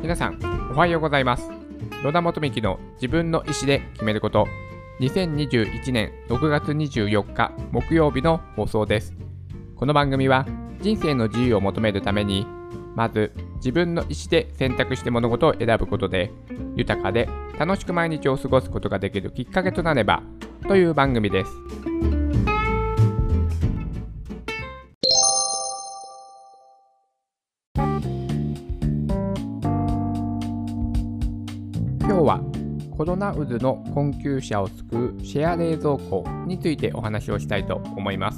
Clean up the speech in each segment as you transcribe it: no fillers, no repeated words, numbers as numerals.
皆さんおはようございます。野田元幹の自分の意思で決めること、2021年6月24日木曜日の放送です。この番組は人生の自由を求めるために、まず自分の意思で選択して物事を選ぶことで、豊かで楽しく毎日を過ごすことができるきっかけとなればという番組です。今日はコロナ渦の困窮者を救うシェア冷蔵庫についてお話をしたいと思います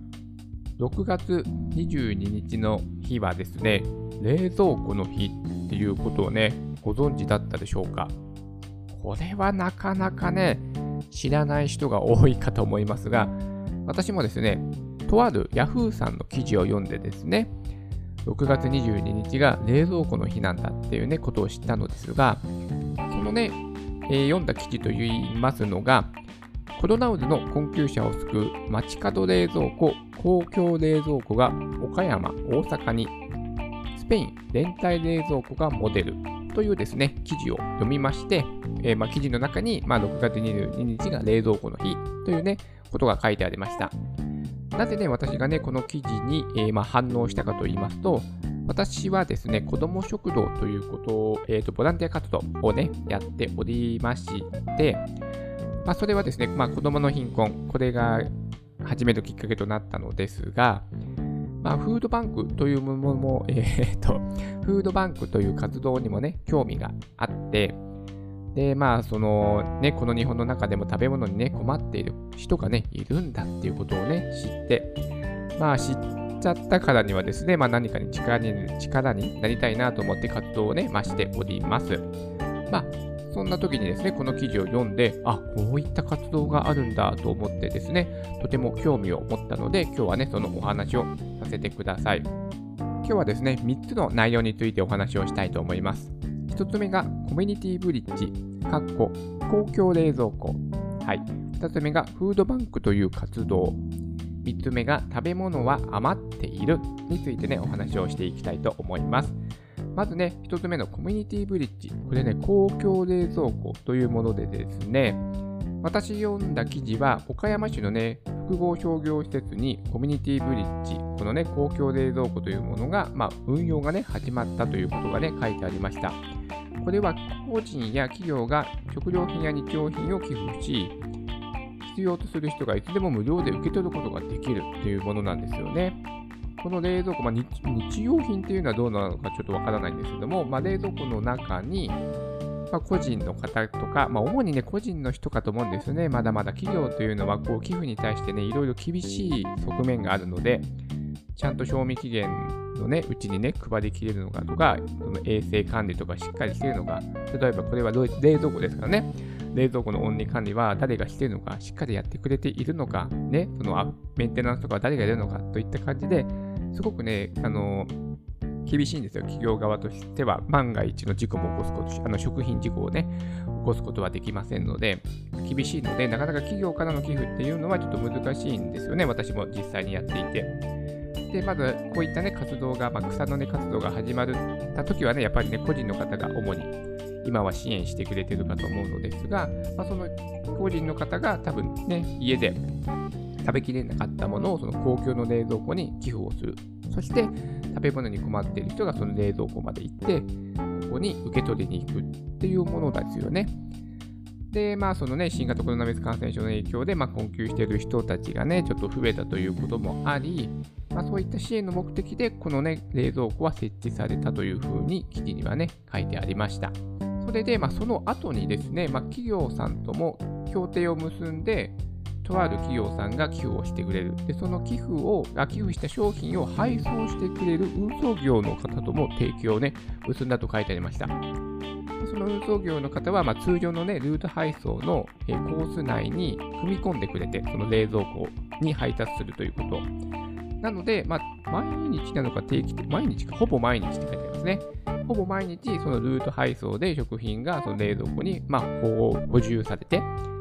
。6月22日の日はですね、冷蔵庫の日っていうことをね、ご存知だったでしょうか。これはなかなかね、知らない人が多いかと思いますが、私もですね、とある Yahoo さんの記事を読んでですね、6月22日が冷蔵庫の日なんだっていうね、ことを知ったのですが、そのね、読んだ記事といいますのが、コロナ渦の困窮者を救う街角冷蔵庫、公共冷蔵庫が岡山、大阪に、スペイン連帯冷蔵庫がモデルというですね、記事を読みまして、記事の中に、6月22日が冷蔵庫の日というね、ことが書いてありました。なぜね、私がね、この記事に、反応したかと言いますと、私はですね、子ども食堂ということを、ボランティア活動をね、やっておりまして、それはですね、子どもの貧困、これが始めるきっかけとなったのですが、フードバンクというものも、フードバンクという活動にもね、興味があって、で、この日本の中でも食べ物にね、困っている人がね、いるんだっていうことをね、知って、知っちゃったからにはですね、何かに力になりたいなと思って活動をね、しております。そんな時にですね、この記事を読んで、こういった活動があるんだと思ってですね、とても興味を持ったので、今日はね、そのお話をさせてください。今日はですね、3つの内容についてお話をしたいと思います。1つ目がコミュニティブリッジ、公共冷蔵庫。2つ目がフードバンクという活動。3つ目が食べ物は余っているについてね、お話をしていきたいと思います。まずね、1つ目のコミュニティブリッジ。これね、公共冷蔵庫というものでですね、私読んだ記事は、岡山市のね、複合商業施設にコミュニティブリッジ、このね、公共冷蔵庫というものが、運用がね、始まったということがね、書いてありました。これは個人や企業が食料品や日用品を寄付し、必要とする人がいつでも無料で受け取ることができるというものなんですよね。この冷蔵庫、日用品っていうのはどうなのかちょっとわからないんですけども、冷蔵庫の中に、個人の方とか、主にね、個人の人かと思うんですよね。まだまだ企業というのは、寄付に対してね、いろいろ厳しい側面があるので、ちゃんと賞味期限のね、うちにね、配りきれるのかとか、その衛生管理とかしっかりしているのか、例えばこれは冷蔵庫ですからね、冷蔵庫の温度管理は誰がしているのか、しっかりやってくれているのか、ね、そのメンテナンスとか誰がやるのかといった感じで、すごくね、厳しいんですよ、企業側としては。万が一の事故も起こすこと、食品事故をね、起こすことはできませんので、厳しいので、なかなか企業からの寄付っていうのはちょっと難しいんですよね、私も実際にやっていて。で、まずこういったね、活動が、草の根活動が始まった時はね、やっぱりね、個人の方が主に今は支援してくれてるかと思うのですが、その個人の方が多分ね、家で食べきれなかったものをその公共の冷蔵庫に寄付をする。そして食べ物に困っている人がその冷蔵庫まで行って、ここに受け取りに行くっていうものですよね。で、そのね、新型コロナウイルス感染症の影響で、困窮している人たちがね、ちょっと増えたということもあり、そういった支援の目的で、このね、冷蔵庫は設置されたというふうに記事にはね、書いてありました。それで、その後にですね、企業さんとも協定を結んで、とある企業さんが寄付をしてくれる。で、その寄付した商品を配送してくれる運送業の方とも提供をね、結んだと書いてありました。でその運送業の方は、通常のね、ルート配送のコース内に組み込んでくれて、その冷蔵庫に配達するということ。なので、毎日なのか定期的、ほぼ毎日って書いてありますね。ほぼ毎日、そのルート配送で食品がその冷蔵庫に、補充されて、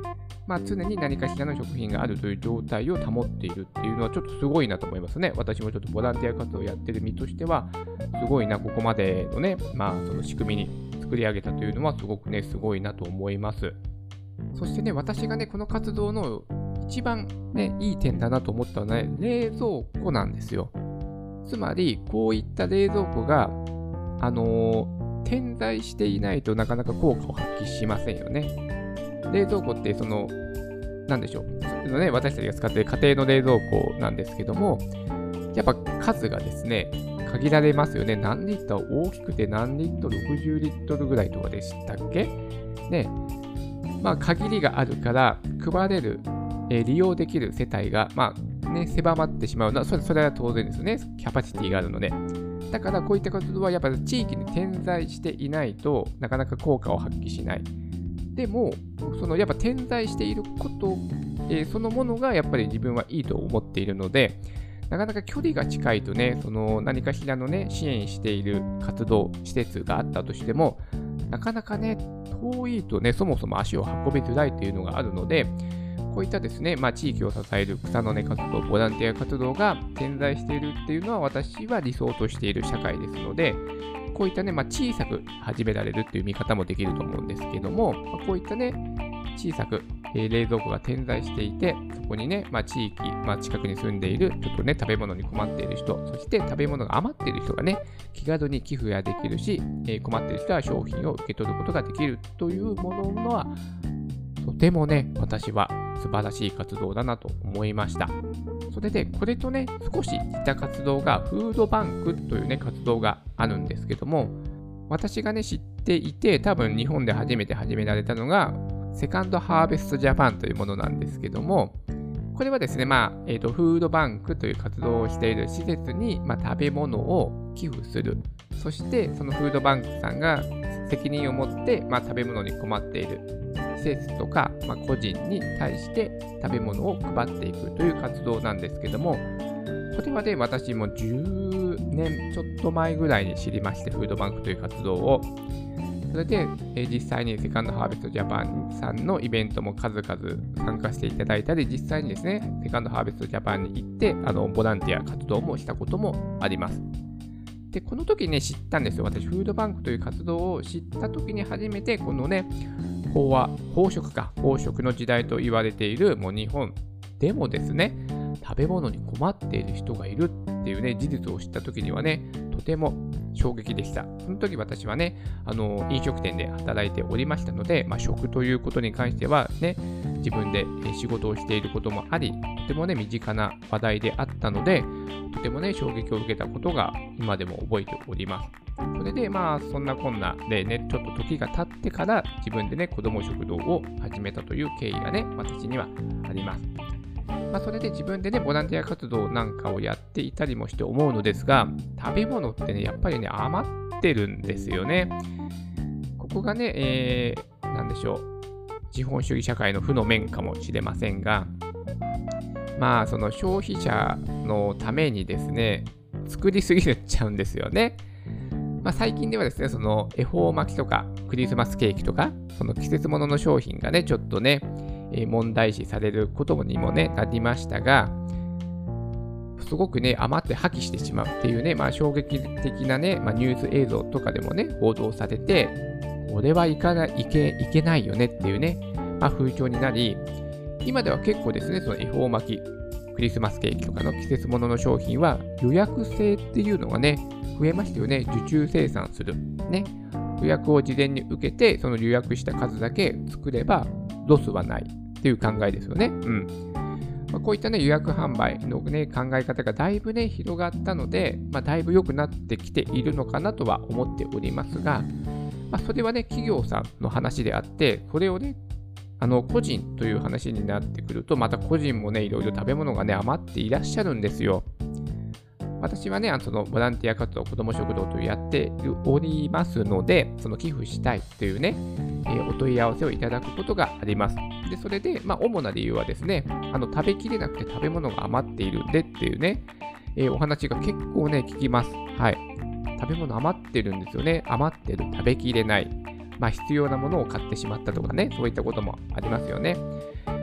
常に何かしらの食品があるという状態を保っているっていうのはちょっとすごいなと思いますね。私もちょっとボランティア活動をやってる身としては、すごいな、ここまでのね、その仕組みに作り上げたというのはすごくね、すごいなと思います。そしてね、私がね、この活動の一番ね、いい点だなと思ったのはね、冷蔵庫なんですよ。つまり、こういった冷蔵庫が、点在していないとなかなか効果を発揮しませんよね。冷蔵庫って、なんでしょう。ね、私たちが使っている家庭の冷蔵庫なんですけども、やっぱ数がですね、限られますよね。何リットル、大きくて何リットル、60リットルぐらいとかでしたっけね。限りがあるから、配れる、利用できる世帯が、狭まってしまうのは、それは当然ですね。キャパシティがあるので。だから、こういった活動は、やっぱり地域に点在していないとなかなか効果を発揮しない。でも、やっぱ点在していること、そのものがやっぱり自分はいいと思っているので、なかなか距離が近いとね、何かしらのね、支援している活動、施設があったとしても、なかなかね、遠いとね、そもそも足を運びづらいというのがあるので、こういったですね、地域を支える草の根活動、ボランティア活動が点在しているっていうのは私は理想としている社会ですので、こういったね、小さく始められるっていう見方もできると思うんですけども、こういったね、小さく、冷蔵庫が点在していて、そこにね、地域、近くに住んでいる、ちょっとね、食べ物に困っている人、そして食べ物が余っている人がね、気軽に寄付ができるし、困っている人は商品を受け取ることができるというものは、とてもね、私は素晴らしい活動だなと思いました。それで、これとね、少し似た活動が、フードバンクというね、活動があるんですけども、私がね、知っていて、多分日本で初めて始められたのが、セカンドハーベストジャパンというものなんですけども、これはですね、フードバンクという活動をしている施設に、食べ物を寄付する。そして、そのフードバンクさんが責任を持って、食べ物に困っている施設とか、個人に対して食べ物を配っていくという活動なんですけども、それはね、私も10年ちょっと前ぐらいに知りまして、フードバンクという活動を。それで、実際にセカンドハーベストジャパンさんのイベントも数々参加していただいたり、実際にですね、セカンドハーベストジャパンに行って、ボランティア活動もしたこともあります。で、この時ね、知ったんですよ。私、フードバンクという活動を知った時に初めて、このね、飽食の時代と言われている、もう日本でもですね、食べ物に困っている人がいるっていうね、事実を知った時にはね、とても衝撃でした。その時私はね、飲食店で働いておりましたので、食ということに関してはね、自分で仕事をしていることもあり、とてもね、身近な話題であったので、とてもね、衝撃を受けたことが今でも覚えております。それで、そんなこんなでね、ちょっと時が経ってから自分でね、子ども食堂を始めたという経緯がね、私にはあります。それで自分でね、ボランティア活動なんかをやっていたりもして思うのですが、食べ物ってね、やっぱりね、余ってるんですよね。ここがね、なんでしょう、資本主義社会の負の面かもしれませんが、その消費者のためにですね、作りすぎちゃうんですよね。最近ではですね、その恵方巻きとかクリスマスケーキとか、その季節物の商品がね、ちょっとね、問題視されることにもね、なりましたが、すごくね、余って破棄してしまうっていうね、衝撃的なね、ニュース映像とかでもね、報道されて、これはいけないよねっていうね、風潮になり、今では結構ですね、その恵方巻き、クリスマスケーキとかの季節物の商品は予約制っていうのがね、増えましたよね。受注生産する。ね。予約を事前に受けて、その予約した数だけ作れば、ロスはないっていう考えですよね。こういったね、予約販売のね、考え方がだいぶね、広がったので、だいぶ良くなってきているのかなとは思っておりますが、それはね、企業さんの話であって、それをね、個人という話になってくると、また個人もね、いろいろ食べ物がね、余っていらっしゃるんですよ。私はね、そのボランティア活動、子ども食堂とやっておりますので、その寄付したいというね、お問い合わせをいただくことがあります。で、それで、主な理由はですね、食べきれなくて食べ物が余っているんでっていうね、お話が結構ね、聞きます。はい。食べ物余ってるんですよね。余ってる、食べきれない。必要なものを買ってしまったとかね、そういったこともありますよね。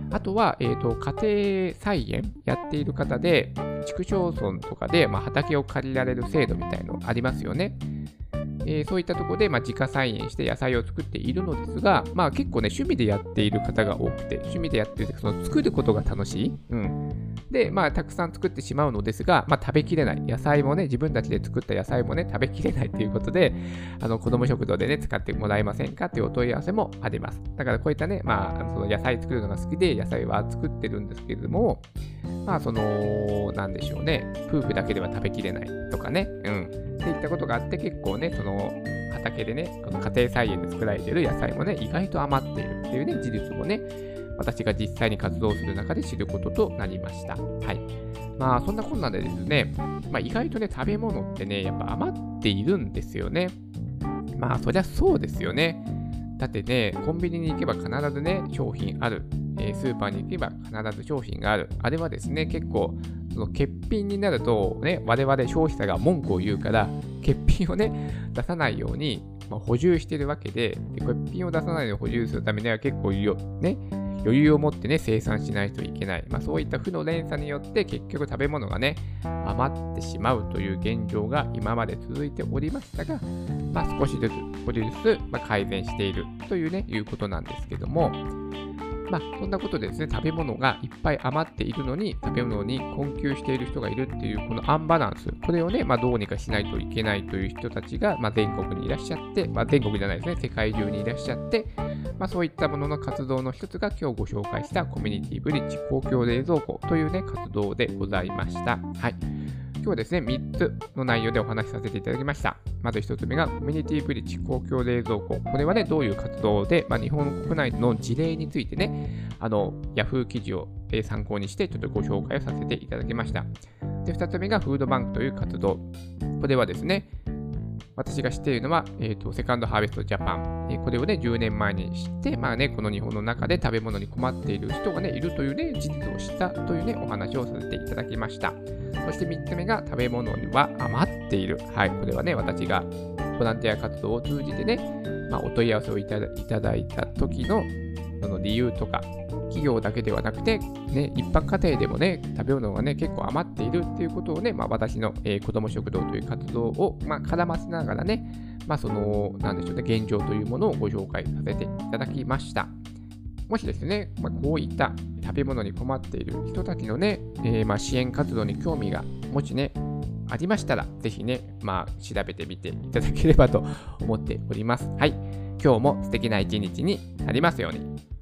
あとは、家庭菜園やっている方で、市区町村とかで、畑を借りられる制度みたいのありますよね。そういったところで、自家菜園して野菜を作っているのですが、結構ね、趣味でやっている方が多くて、趣味でやっていて、その作ることが楽しい。で、たくさん作ってしまうのですが、食べきれない。野菜もね、自分たちで作った野菜もね、食べきれないということで、子ども食堂でね、使ってもらえませんかというお問い合わせもあります。だからこういったね、その野菜作るのが好きで、野菜は作ってるんですけれども、なんでしょうね、夫婦だけでは食べきれないとかね、っていったことがあって、結構ね、その畑でね、この家庭菜園で作られている野菜もね、意外と余っているっていうね、事実もね、私が実際に活動する中で知ることとなりました。はい。そんなこんなでですね、意外とね、食べ物ってね、やっぱ余っているんですよね。そりゃそうですよね。だってね、コンビニに行けば必ずね、商品ある。スーパーに行けば必ず商品がある。あれはですね、結構、その欠品になると、ね、我々消費者が文句を言うから、欠品をね、出さないように、補充してるわけで、欠品を出さないように補充するためには結構ね、余裕を持ってね、生産しないといけない。そういった負の連鎖によって結局食べ物がね、余ってしまうという現状が今まで続いておりましたが、少しずつ改善しているというね、いうことなんですけども、そんなことでですね、食べ物がいっぱい余っているのに、食べ物に困窮している人がいるっていう、このアンバランス、これをね、どうにかしないといけないという人たちが、全国にいらっしゃって、全国じゃないですね、世界中にいらっしゃって、そういったものの活動の一つが今日ご紹介したコミュニティブリッジ公共冷蔵庫というね、活動でございました。はい。今日はですね、3つの内容でお話しさせていただきました。まず1つ目が、コミュニティブリッジ公共冷蔵庫。これはね、どういう活動で、日本国内の事例についてね、Yahoo 記事を参考にして、ちょっとご紹介をさせていただきました。で、2つ目が、フードバンクという活動。これはですね、私が知っているのは、セカンドハーベストジャパン。これをね、10年前に知って、この日本の中で食べ物に困っている人がね、いるというね、事実を知ったというね、お話をさせていただきました。そして3つ目が、食べ物には余っている。はい、これはね、私がボランティア活動を通じてね、お問い合わせをいただいた時の、その理由とか、企業だけではなくて、ね、一般家庭でもね、食べ物がね、結構余っているっていうことをね、私の、子ども食堂という活動を、絡ませながらね、その、なんでしょうね、現状というものをご紹介させていただきました。もしですね、こういった食べ物に困っている人たちのね、支援活動に興味がもしね、ありましたら、ぜひね、調べてみていただければと思っております。はい。今日も素敵な一日になりますように。